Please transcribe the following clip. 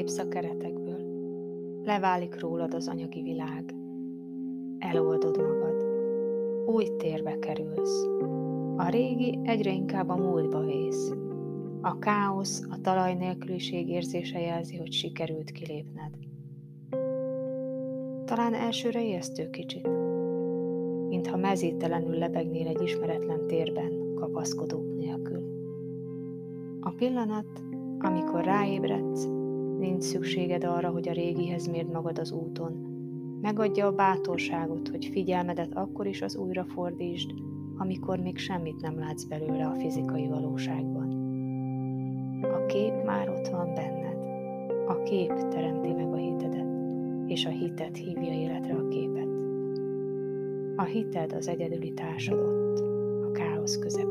Kilépsz a keretekből, leválik rólad az anyagi világ, eloldod magad, új térbe kerülsz. A régi egyre inkább a múltba vész. A káosz, a talaj nélküliség érzése jelzi, hogy sikerült kilépned. Talán elsőre ijesztő kicsit, mintha mezítelenül lebegnél egy ismeretlen térben, kapaszkodók nélkül. A pillanat, amikor ráébredsz, nincs szükséged arra, hogy a régihez mérd magad az úton, megadja a bátorságot, hogy figyelmedet akkor is az újra fordítsd, amikor még semmit nem látsz belőle a fizikai valóságban. A kép már ott van benned. A kép teremti meg a hitedet, és a hited hívja életre a képet. A hited az egyedüli társad ott, a káosz közepén.